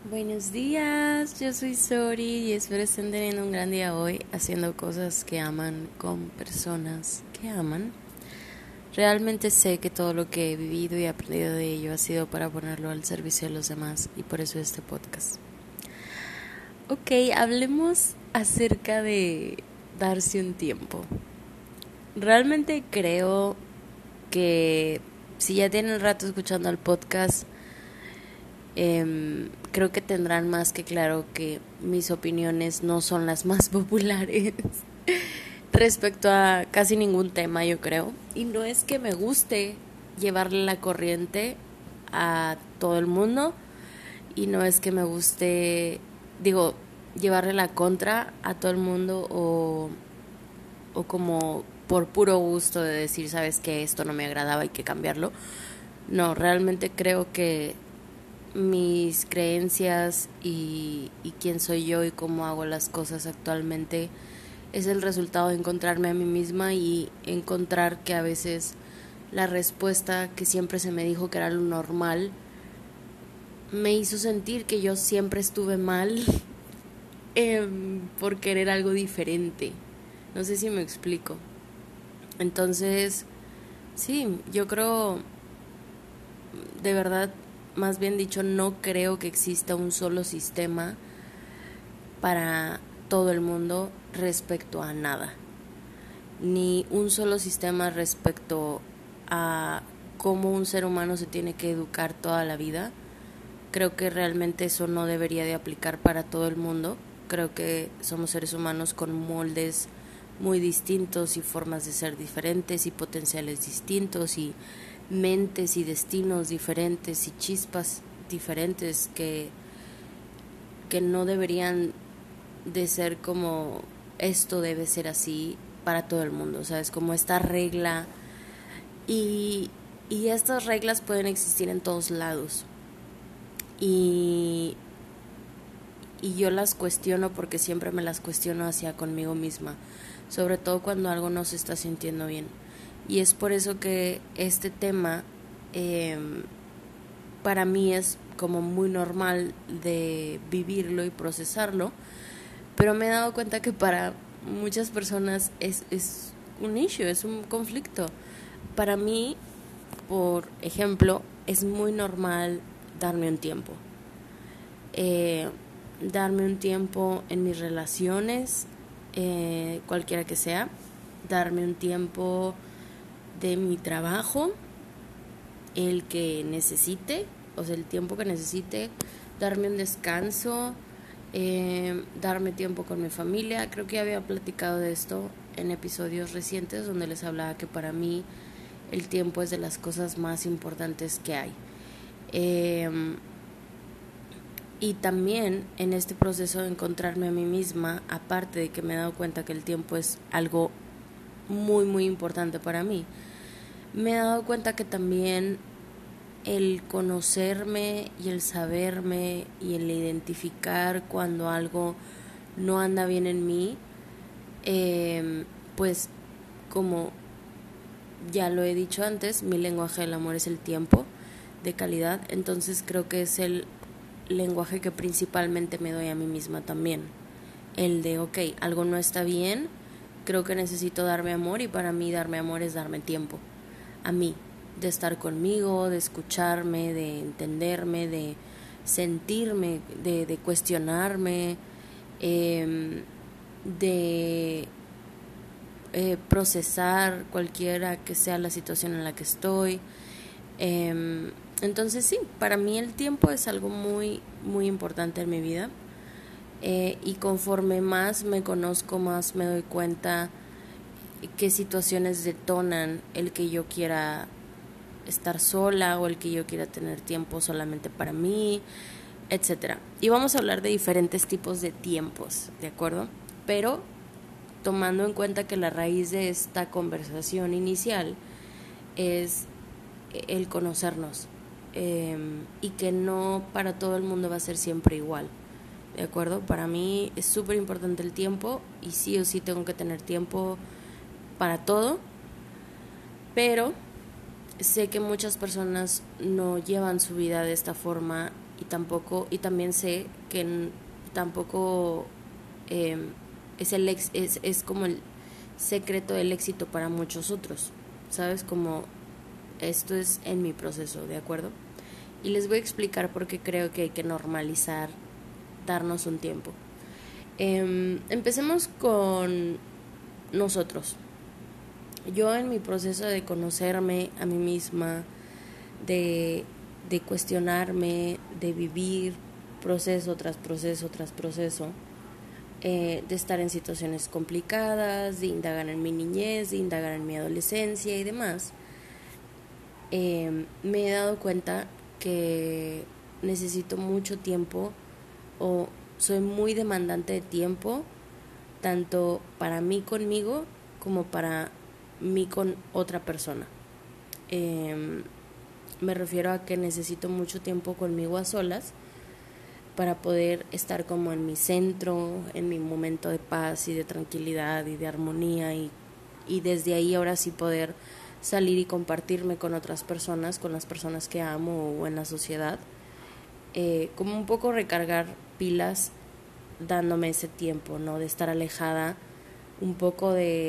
Buenos días, yo soy Sori y espero estén teniendo un gran día hoy haciendo cosas que aman con personas que aman. Realmente sé que todo lo que he vivido y aprendido de ello ha sido para ponerlo al servicio de los demás y por eso este podcast. Ok, hablemos acerca de darse un tiempo. Realmente creo que si ya tienen rato escuchando el podcast, creo que tendrán más que claro que mis opiniones no son las más populares respecto a casi ningún tema, yo creo. Y no es que me guste llevarle la corriente a todo el mundo y no es que me guste, llevarle la contra a todo el mundo o como por puro gusto de decir, sabes que esto no me agradaba, hay que cambiarlo. No, realmente creo que mis creencias y quién soy yo y cómo hago las cosas actualmente es el resultado de encontrarme a mí misma y encontrar que a veces la respuesta que siempre se me dijo que era lo normal me hizo sentir que yo siempre estuve mal por querer algo diferente. No sé si me explico. Entonces, sí, yo creo, de verdad, más bien dicho, no creo que exista un solo sistema para todo el mundo respecto a nada, ni un solo sistema respecto a cómo un ser humano se tiene que educar toda la vida. Creo que realmente eso no debería de aplicar para todo el mundo. Creo que somos seres humanos con moldes muy distintos y formas de ser diferentes y potenciales distintos y mentes y destinos diferentes y chispas diferentes que no deberían de ser como esto debe ser así para todo el mundo, o sea, es como esta regla y, y estas reglas pueden existir en todos lados y, y yo las cuestiono porque siempre me las cuestiono hacia conmigo misma, sobre todo cuando algo no se está sintiendo bien. Y es por eso que este tema eh, para mí es como muy normal de vivirlo y procesarlo, pero me he dado cuenta que para muchas personas es un issue, es un conflicto. Para mí, por ejemplo, es muy normal darme un tiempo. Eh, Darme un tiempo en mis relaciones, cualquiera que sea. Darme un tiempo de mi trabajo, el que necesite, o sea, el tiempo que necesite. Darme un descanso, darme tiempo con mi familia. Creo que ya había platicado de esto en episodios recientes donde les hablaba que para mí el tiempo es de las cosas más importantes que hay. Y también en este proceso de encontrarme a mí misma, aparte de que me he dado cuenta que el tiempo es algo muy muy importante para mí, me he dado cuenta que también el conocerme y el saberme y el identificar cuando algo no anda bien en mí, pues como ya lo he dicho antes, mi lenguaje del amor es el tiempo de calidad, entonces creo que es el lenguaje que principalmente me doy a mí misma también. El de, ok, algo no está bien, creo que necesito darme amor y para mí darme amor es darme tiempo a mí, de estar conmigo, de escucharme, de entenderme, de sentirme, de cuestionarme, de procesar cualquiera que sea la situación en la que estoy. Entonces sí, para mí el tiempo es algo muy, muy importante en mi vida. Y conforme más me conozco, más me doy cuenta qué situaciones detonan el que yo quiera estar sola o el que yo quiera tener tiempo solamente para mí, etcétera. Y vamos a hablar de diferentes tipos de tiempos, ¿de acuerdo? Pero tomando en cuenta que la raíz de esta conversación inicial es el conocernos, y que no para todo el mundo va a ser siempre igual, ¿de acuerdo? Para mí es súper importante el tiempo y sí o sí tengo que tener tiempo para todo, pero sé que muchas personas no llevan su vida de esta forma y también sé que tampoco es como el secreto del éxito para muchos otros, ¿sabes? Como esto es en mi proceso, ¿de acuerdo? Y les voy a explicar por qué creo que hay que normalizar darnos un tiempo. Empecemos con nosotros. Yo en mi proceso de conocerme a mí misma, de, de cuestionarme, de vivir proceso tras proceso tras proceso, de estar en situaciones complicadas, de indagar en mi niñez, de indagar en mi adolescencia y demás, me he dado cuenta que necesito mucho tiempo o soy muy demandante de tiempo, tanto para mí conmigo como para mí con otra persona. Me refiero a que necesito mucho tiempo conmigo a solas para poder estar como en mi centro, en mi momento de paz y de tranquilidad y de armonía y desde ahí ahora sí poder salir y compartirme con otras personas, con las personas que amo o en la sociedad, como un poco recargar pilas dándome ese tiempo, ¿no? De estar alejada un poco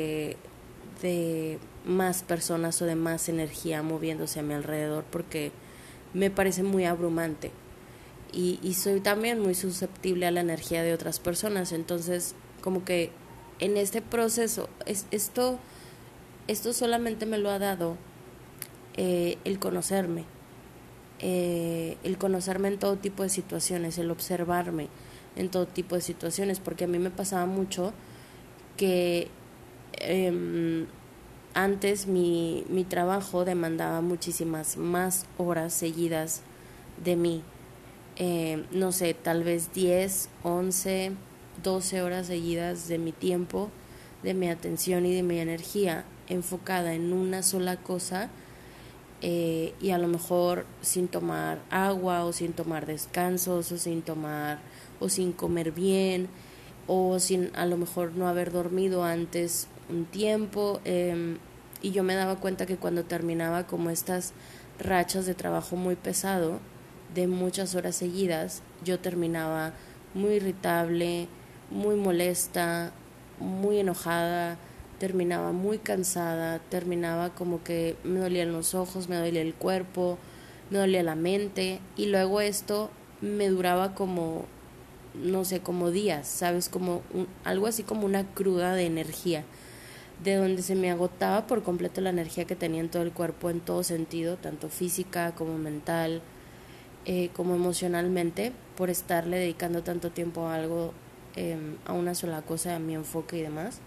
de más personas o de más energía moviéndose a mi alrededor porque me parece muy abrumante y soy también muy susceptible a la energía de otras personas, entonces como que en este proceso esto solamente me lo ha dado el conocerme en todo tipo de situaciones, el observarme en todo tipo de situaciones, porque a mí me pasaba mucho que antes mi trabajo demandaba muchísimas más horas seguidas de mí. No sé, tal vez 10 11 12 horas seguidas de mi tiempo, de mi atención y de mi energía enfocada en una sola cosa, y a lo mejor sin tomar agua o sin tomar descansos o sin comer bien o sin a lo mejor no haber dormido antes un tiempo, y yo me daba cuenta que cuando terminaba como estas rachas de trabajo muy pesado de muchas horas seguidas, yo terminaba muy irritable, muy molesta, muy enojada, terminaba muy cansada, terminaba como que me dolían los ojos, me dolía el cuerpo, me dolía la mente y luego esto me duraba como, no sé, como días, ¿sabes? Como algo así como una cruda de energía, de donde se me agotaba por completo la energía que tenía en todo el cuerpo, en todo sentido, tanto física como mental, como emocionalmente, por estarle dedicando tanto tiempo a algo, a una sola cosa, a mi enfoque y demás.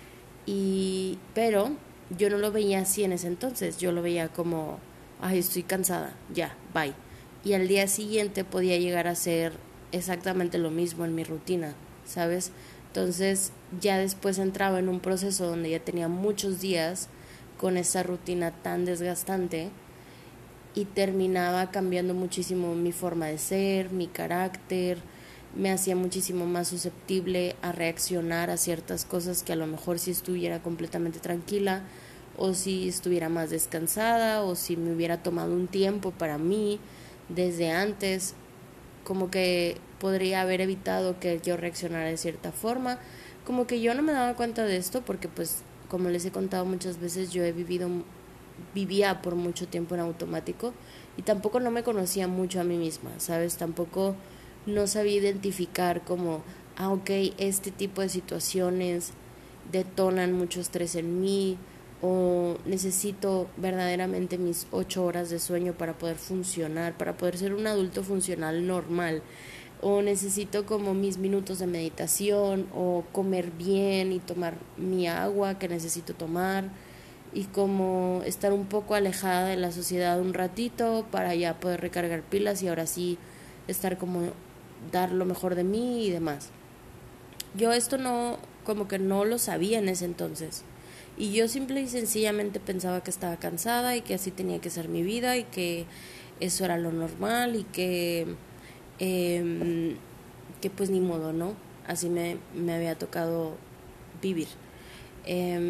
Pero yo no lo veía así en ese entonces, yo lo veía como, ay, estoy cansada, ya, bye. Y al día siguiente podía llegar a ser exactamente lo mismo en mi rutina, ¿sabes? Entonces ya después entraba en un proceso donde ya tenía muchos días con esa rutina tan desgastante y terminaba cambiando muchísimo mi forma de ser, mi carácter, me hacía muchísimo más susceptible a reaccionar a ciertas cosas que a lo mejor si estuviera completamente tranquila o si estuviera más descansada o si me hubiera tomado un tiempo para mí desde antes, como que podría haber evitado que yo reaccionara de cierta forma. Como que yo no me daba cuenta de esto porque pues como les he contado muchas veces yo vivía por mucho tiempo en automático y tampoco no me conocía mucho a mí misma, ¿sabes? Tampoco no sabía identificar como, ok, este tipo de situaciones detonan mucho estrés en mí o necesito verdaderamente mis 8 horas de sueño para poder funcionar, para poder ser un adulto funcional normal, o necesito como mis minutos de meditación o comer bien y tomar mi agua que necesito tomar y como estar un poco alejada de la sociedad un ratito para ya poder recargar pilas y ahora sí estar como dar lo mejor de mí y demás. Yo esto no, como que no lo sabía en ese entonces. Y yo simple y sencillamente pensaba que estaba cansada y que así tenía que ser mi vida y que eso era lo normal y que pues ni modo, ¿no? Así me había tocado vivir.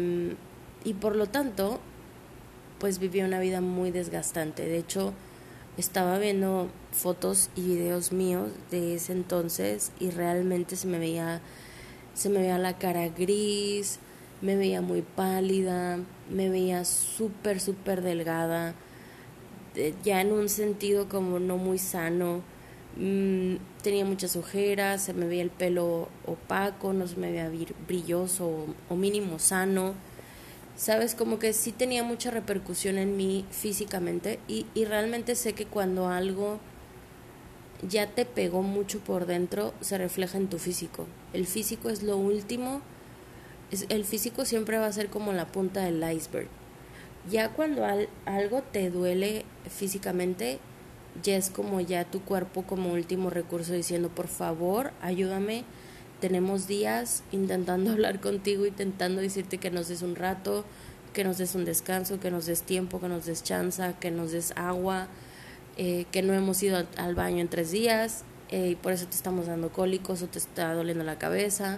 Y por lo tanto, pues viví una vida muy desgastante. De hecho, estaba viendo fotos y videos míos de ese entonces y realmente se me veía la cara gris, me veía muy pálida, me veía súper delgada, ya en un sentido como no muy sano. Tenía muchas ojeras, se me veía el pelo opaco, no se me veía brilloso o mínimo sano. Sabes, como que sí tenía mucha repercusión en mí físicamente y realmente sé que cuando algo ya te pegó mucho por dentro, se refleja en tu físico. El físico es lo último, el físico siempre va a ser como la punta del iceberg. Ya cuando algo te duele físicamente, ya es como ya tu cuerpo como último recurso diciendo, por favor, ayúdame. Tenemos días intentando hablar contigo, intentando decirte que nos des un rato, que nos des un descanso, que nos des tiempo, que nos des chance, que nos des agua, que no hemos ido al baño en 3 días, y por eso te estamos dando cólicos o te está doliendo la cabeza.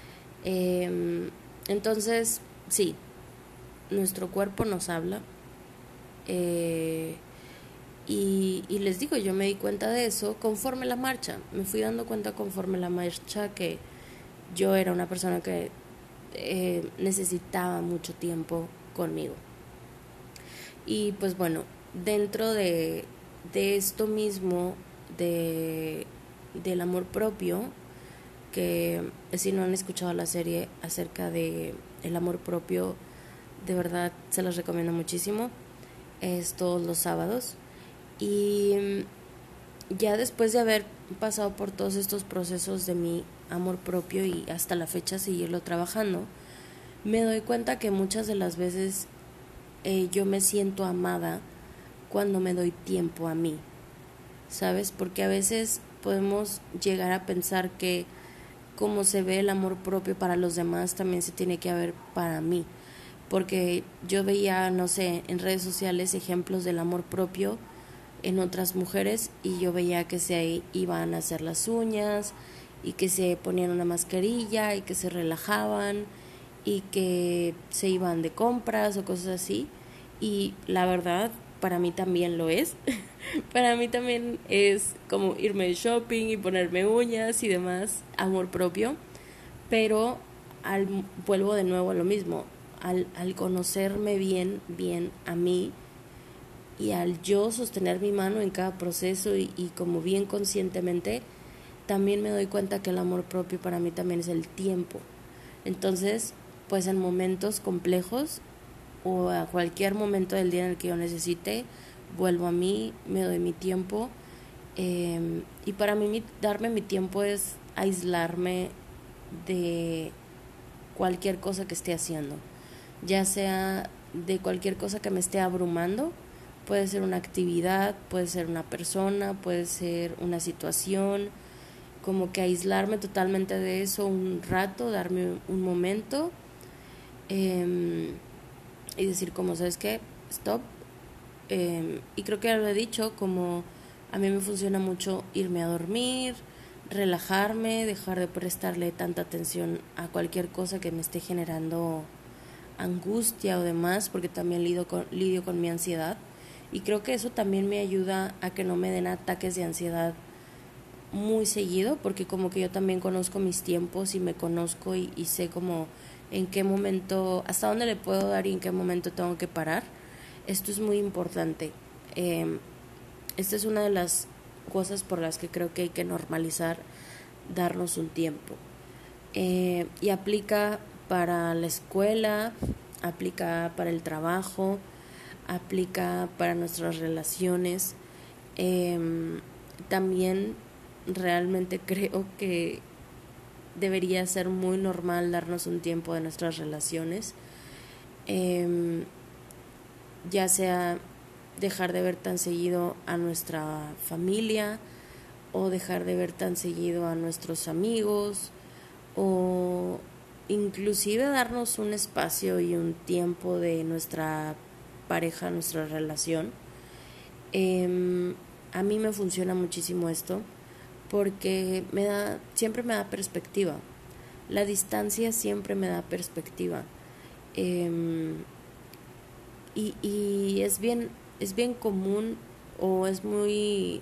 Entonces, sí, nuestro cuerpo nos habla. eh, y les digo, yo me di cuenta de eso conforme la marcha. Me fui dando cuenta conforme la marcha que yo era una persona que necesitaba mucho tiempo conmigo. Y pues bueno, dentro de esto mismo, del amor propio, que si no han escuchado la serie acerca de el amor propio, de verdad se los recomiendo muchísimo. Es todos los sábados. Y ya después de haber pasado por todos estos procesos de mi amor propio y hasta la fecha seguirlo trabajando, me doy cuenta que muchas de las veces yo me siento amada cuando me doy tiempo a mí, ¿sabes? Porque a veces podemos llegar a pensar que como se ve el amor propio para los demás, también se tiene que ver para mí. Porque yo veía, no sé, en redes sociales ejemplos del amor propio en otras mujeres y yo veía que se iban a hacer las uñas y que se ponían una mascarilla y que se relajaban y que se iban de compras o cosas así. Y la verdad, para mí también lo es. Para mí también es como irme de shopping y ponerme uñas y demás, amor propio. Pero vuelvo de nuevo a lo mismo. Al conocerme bien a mí y al yo sostener mi mano en cada proceso y como bien conscientemente, también me doy cuenta que el amor propio para mí también es el tiempo. Entonces, pues en momentos complejos o a cualquier momento del día en el que yo necesite, vuelvo a mí, me doy mi tiempo. Y para mí darme mi tiempo es aislarme de cualquier cosa que esté haciendo, ya sea de cualquier cosa que me esté abrumando. Puede ser una actividad, puede ser una persona, puede ser una situación, como que aislarme totalmente de eso un rato, darme un momento, y decir como, ¿sabes qué? Stop. Y creo que ya lo he dicho, como a mí me funciona mucho irme a dormir, relajarme, dejar de prestarle tanta atención a cualquier cosa que me esté generando angustia o demás, porque también lidio con mi ansiedad. Y creo que eso también me ayuda a que no me den ataques de ansiedad muy seguido, porque como que yo también conozco mis tiempos y me conozco y sé como en qué momento, hasta dónde le puedo dar y en qué momento tengo que parar. Esto es muy importante. Esta es una de las cosas por las que creo que hay que normalizar darnos un tiempo. Y aplica para la escuela, aplica para el trabajo, aplica para nuestras relaciones. También realmente creo que debería ser muy normal darnos un tiempo de nuestras relaciones, ya sea dejar de ver tan seguido a nuestra familia o dejar de ver tan seguido a nuestros amigos o inclusive darnos un espacio y un tiempo de nuestra pareja, nuestra relación. A mí me funciona muchísimo esto porque siempre me da perspectiva. La distancia siempre me da perspectiva. Y es bien común o es muy,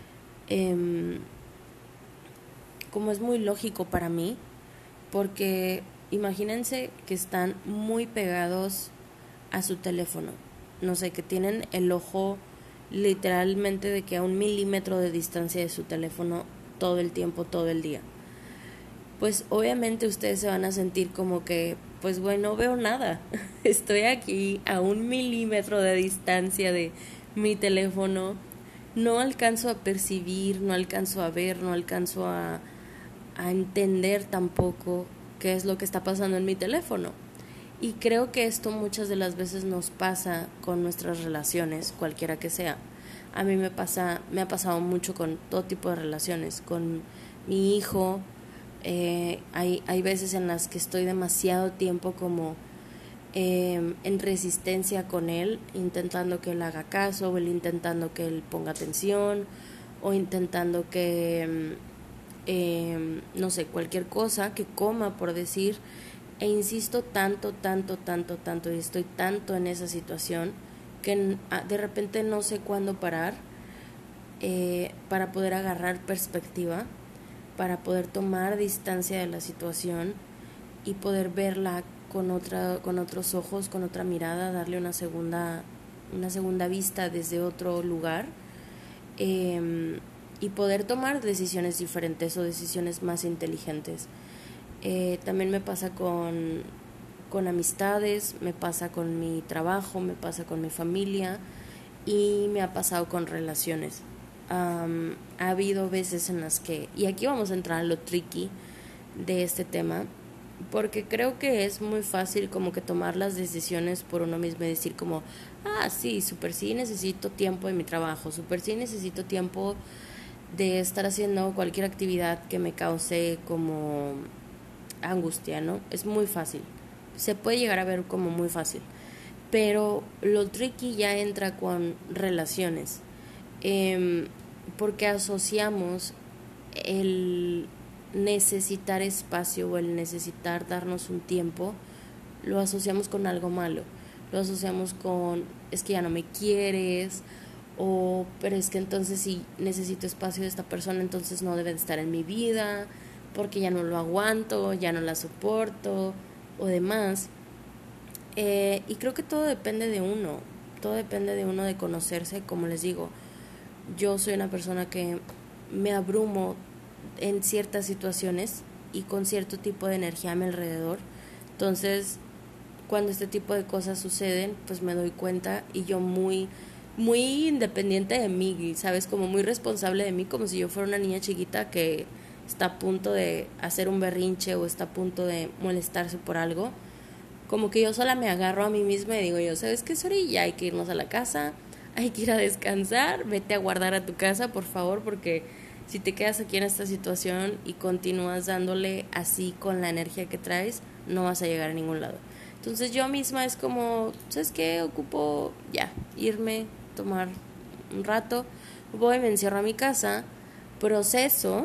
como es muy lógico para mí, porque imagínense que están muy pegados a su teléfono, no sé, que tienen el ojo literalmente de que a 1 milímetro de distancia de su teléfono todo el tiempo, todo el día. Pues obviamente ustedes se van a sentir como que, pues bueno, no veo nada. Estoy aquí a 1 milímetro de distancia de mi teléfono. No alcanzo a percibir, no alcanzo a ver, no alcanzo a entender tampoco qué es lo que está pasando en mi teléfono. Y creo que esto muchas de las veces nos pasa con nuestras relaciones, cualquiera que sea. A mí me ha pasado mucho con todo tipo de relaciones, con mi hijo. Hay veces en las que estoy demasiado tiempo como en resistencia con él, intentando que él haga caso, o él intentando que él ponga atención, o intentando que, no sé, cualquier cosa, que coma, por decir, e insisto tanto, tanto, tanto, tanto, y estoy tanto en esa situación que de repente no sé cuándo parar, para poder agarrar perspectiva, para poder tomar distancia de la situación y poder verla con otros ojos, con otra mirada, darle una segunda vista desde otro lugar, y poder tomar decisiones diferentes o decisiones más inteligentes. También me pasa con amistades, me pasa con mi trabajo, me pasa con mi familia y me ha pasado con relaciones. Ha habido veces en las que, y aquí vamos a entrar a lo tricky de este tema, porque creo que es muy fácil como que tomar las decisiones por uno mismo y decir como, sí, súper sí necesito tiempo de mi trabajo, súper sí necesito tiempo de estar haciendo cualquier actividad que me cause como angustia, ¿no? Es muy fácil, se puede llegar a ver como muy fácil, pero lo tricky ya entra con relaciones, porque asociamos el necesitar espacio o el necesitar darnos un tiempo, lo asociamos con algo malo, lo asociamos con es que ya no me quieres, o pero es que entonces si necesito espacio de esta persona entonces no debe de estar en mi vida porque ya no lo aguanto, ya no la soporto o demás. Y creo que todo depende de uno, todo depende de uno de conocerse. Como les digo, yo soy una persona que me abrumo en ciertas situaciones y con cierto tipo de energía a mi alrededor. Entonces, cuando este tipo de cosas suceden, pues me doy cuenta y yo muy independiente de mí, ¿sabes? Como muy responsable de mí, como si yo fuera una niña chiquita que está a punto de hacer un berrinche o está a punto de molestarse por algo. Como que yo sola me agarro a mí misma y digo yo, ¿sabes qué, Sori? Ya hay que irnos a la casa, hay que ir a descansar, vete a guardar a tu casa, por favor, porque si te quedas aquí en esta situación y continúas dándole así con la energía que traes, no vas a llegar a ningún lado. Entonces yo misma es como, ¿sabes qué? Ocupo ya irme, tomar un rato, voy, me encierro a mi casa, proceso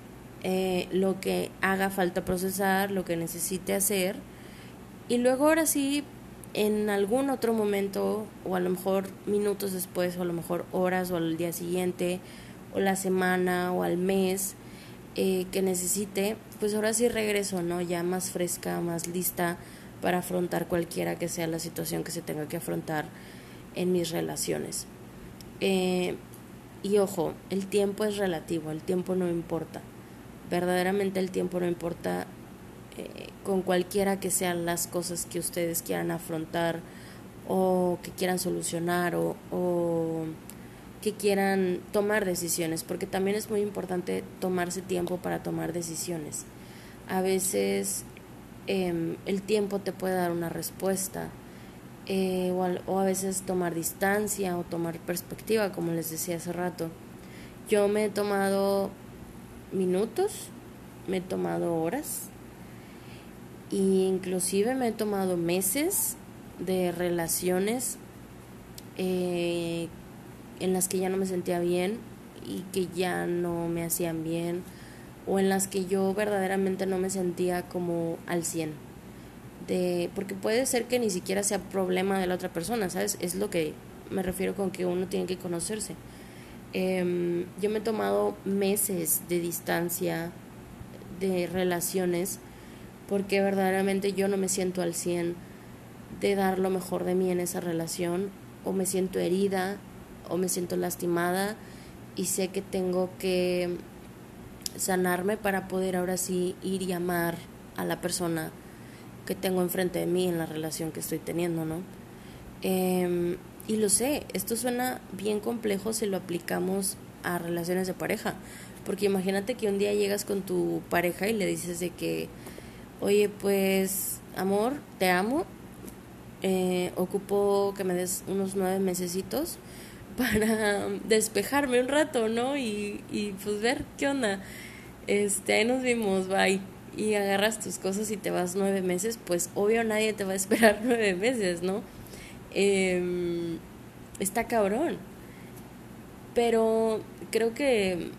lo que haga falta procesar, lo que necesite hacer, y luego ahora sí, en algún otro momento, o a lo mejor minutos después, o a lo mejor horas, o al día siguiente, o la semana, o al mes, que necesite, pues ahora sí regreso, ¿no? Ya más fresca, más lista para afrontar cualquiera que sea la situación que se tenga que afrontar en mis relaciones. Y ojo, el tiempo es relativo, el tiempo no importa. Verdaderamente el tiempo no importa, con cualquiera que sean las cosas que ustedes quieran afrontar o que quieran solucionar o que quieran tomar decisiones, porque también es muy importante tomarse tiempo para tomar decisiones. A veces el tiempo te puede dar una respuesta, o a veces tomar distancia o tomar perspectiva, como les decía hace rato. Yo me he tomado minutos, me he tomado horas, e inclusive me he tomado meses de relaciones en las que ya no me sentía bien y que ya no me hacían bien, o en las que yo verdaderamente no me sentía como al 100, porque puede ser que ni siquiera sea problema de la otra persona, ¿sabes? Es lo que me refiero con que uno tiene que conocerse. Yo me he tomado meses de distancia de relaciones porque verdaderamente yo no me siento al 100 de dar lo mejor de mí en esa relación, o me siento herida o me siento lastimada y sé que tengo que sanarme para poder ahora sí ir y amar a la persona que tengo enfrente de mí en la relación que estoy teniendo, ¿no? Y lo sé, esto suena bien complejo si lo aplicamos a relaciones de pareja, porque imagínate que un día llegas con tu pareja y le dices de que, oye, pues, amor, te amo, ocupo que me des unos 9 mesecitos para despejarme un rato, ¿no? Y pues ver qué onda. Ahí nos vimos, bye. Y agarras tus cosas y te vas 9 meses, pues obvio nadie te va a esperar 9 meses, ¿no? Está cabrón. Pero creo que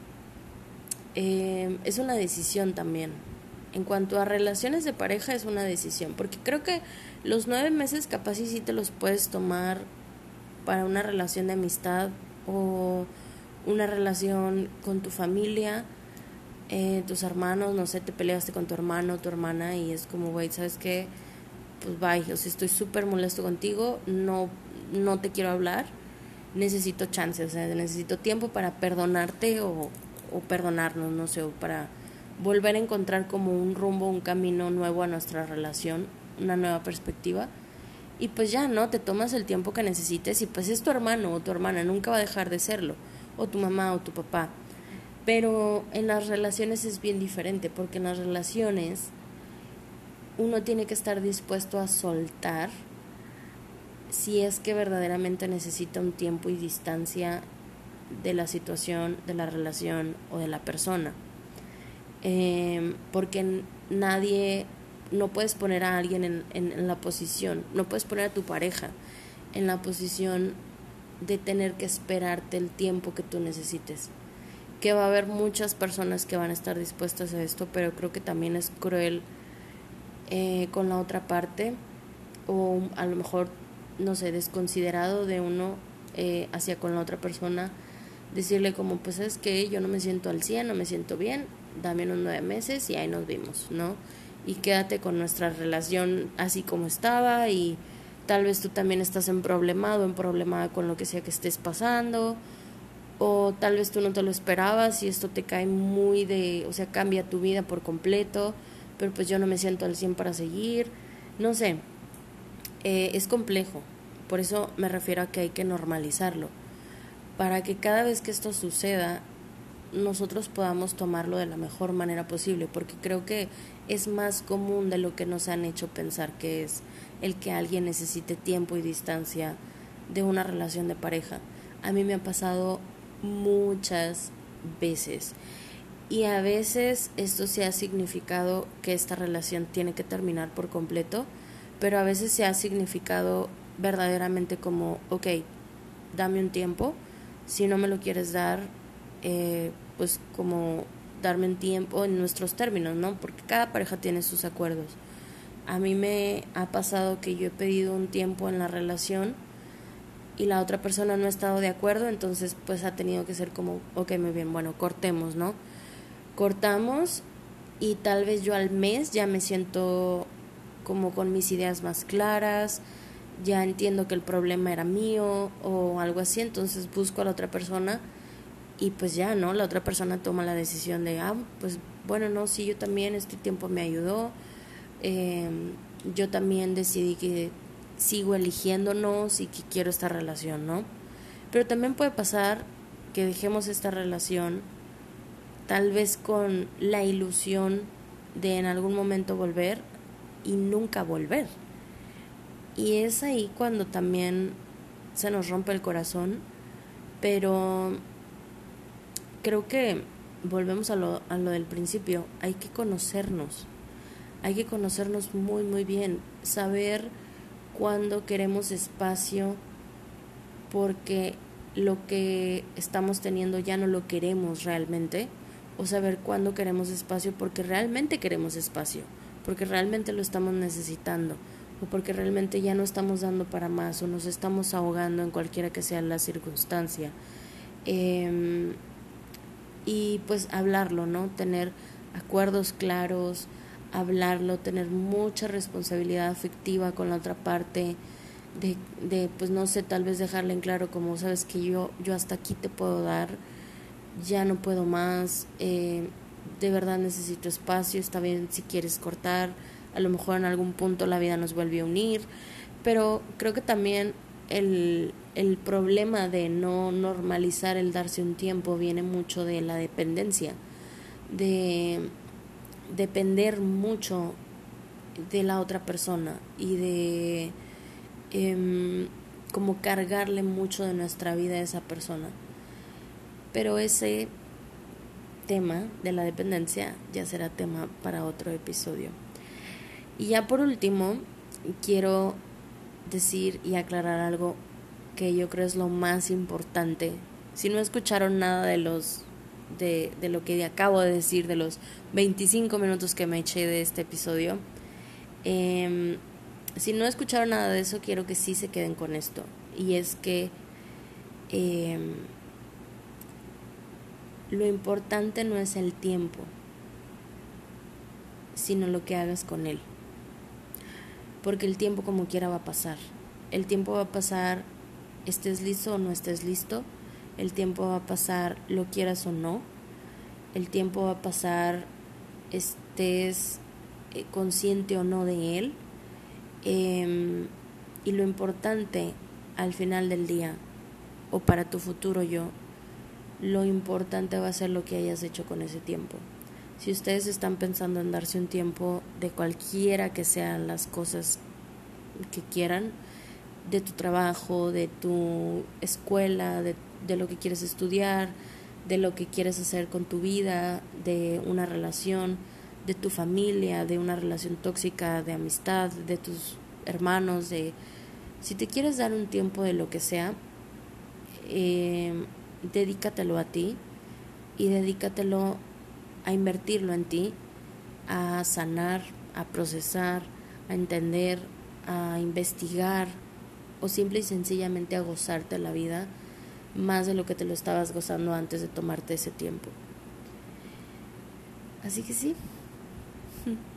es una decisión también. En cuanto a relaciones de pareja es una decisión, porque creo que los 9 meses capaz y sí te los puedes tomar para una relación de amistad o una relación con tu familia, tus hermanos, no sé, te peleaste con tu hermano o tu hermana y es como, güey, ¿sabes qué? Pues bye, o sea, estoy súper molesto contigo, no te quiero hablar, necesito chance, o sea, necesito tiempo para perdonarte o perdonarnos, no sé, o para volver a encontrar como un rumbo, un camino nuevo a nuestra relación, una nueva perspectiva. Y pues ya, ¿no? Te tomas el tiempo que necesites y pues es tu hermano o tu hermana, nunca va a dejar de serlo, o tu mamá o tu papá. Pero en las relaciones es bien diferente, porque en las relaciones uno tiene que estar dispuesto a soltar si es que verdaderamente necesita un tiempo y distancia de la situación, de la relación o de la persona. Porque nadie, no puedes poner a alguien en la posición, no puedes poner a tu pareja en la posición de tener que esperarte el tiempo que tú necesites. Que va a haber muchas personas que van a estar dispuestas a esto, pero creo que también es cruel con la otra parte, o a lo mejor, no sé, desconsiderado de uno hacia con la otra persona, decirle como, pues es que yo no me siento al 100, no me siento bien, dame unos 9 meses y ahí nos vimos, ¿no? Y quédate con nuestra relación así como estaba, y tal vez tú también estás problemada con lo que sea que estés pasando, o tal vez tú no te lo esperabas y esto te cae muy o sea, cambia tu vida por completo, pero pues yo no me siento al 100 para seguir, no sé, es complejo, por eso me refiero a que hay que normalizarlo, para que cada vez que esto suceda, nosotros podamos tomarlo de la mejor manera posible, porque creo que es más común de lo que nos han hecho pensar que es el que alguien necesite tiempo y distancia de una relación de pareja. A mí me ha pasado muchas veces, y a veces esto se ha significado que esta relación tiene que terminar por completo, pero a veces se ha significado verdaderamente como, ok, dame un tiempo, si no me lo quieres dar, pues como darme un tiempo en nuestros términos, ¿no? Porque cada pareja tiene sus acuerdos. A mí me ha pasado que yo he pedido un tiempo en la relación y la otra persona no ha estado de acuerdo, entonces pues ha tenido que ser como, ok, muy bien, bueno, cortemos, ¿no? Cortamos y tal vez yo al mes ya me siento como con mis ideas más claras, ya entiendo que el problema era mío o algo así, entonces busco a la otra persona y pues ya, ¿no? La otra persona toma la decisión de, pues bueno, no, sí, yo también, este tiempo me ayudó, yo también decidí que sigo eligiéndonos y que quiero esta relación, ¿no? Pero también puede pasar que dejemos esta relación tal vez con la ilusión de en algún momento volver y nunca volver. Y es ahí cuando también se nos rompe el corazón, pero creo que volvemos a lo del principio, hay que conocernos muy muy bien, saber cuándo queremos espacio porque lo que estamos teniendo ya no lo queremos realmente, o saber cuándo queremos espacio porque realmente queremos espacio, porque realmente lo estamos necesitando, o porque realmente ya no estamos dando para más o nos estamos ahogando en cualquiera que sea la circunstancia. Y pues hablarlo, ¿no? Tener acuerdos claros, hablarlo, tener mucha responsabilidad afectiva con la otra parte, de pues no sé, tal vez dejarle en claro como, sabes que yo hasta aquí te puedo dar, ya no puedo más, de verdad necesito espacio, está bien si quieres cortar, a lo mejor en algún punto la vida nos vuelve a unir, pero creo que también el problema de no normalizar el darse un tiempo viene mucho de la dependencia, de depender mucho de la otra persona y de como cargarle mucho de nuestra vida a esa persona. Pero ese tema de la dependencia ya será tema para otro episodio. Y ya por último, quiero decir y aclarar algo que yo creo es lo más importante. Si no escucharon nada de lo que acabo de decir, de los 25 minutos que me eché de este episodio, si no escucharon nada de eso, quiero que sí se queden con esto. Y es que lo importante no es el tiempo, sino lo que hagas con él. Porque el tiempo como quiera va a pasar. El tiempo va a pasar, estés listo o no estés listo. El tiempo va a pasar, lo quieras o no. El tiempo va a pasar, estés consciente o no de él. Y lo importante al final del día, o para tu futuro yo, lo importante va a ser lo que hayas hecho con ese tiempo. Si ustedes están pensando en darse un tiempo de cualquiera que sean las cosas que quieran, de tu trabajo, de tu escuela, de lo que quieres estudiar, de lo que quieres hacer con tu vida, de una relación, de tu familia, de una relación tóxica, de amistad, de tus hermanos, si te quieres dar un tiempo de lo que sea, dedícatelo a ti y dedícatelo a invertirlo en ti, a sanar, a procesar, a entender, a investigar o simple y sencillamente a gozarte la vida más de lo que te lo estabas gozando antes de tomarte ese tiempo. Así que sí,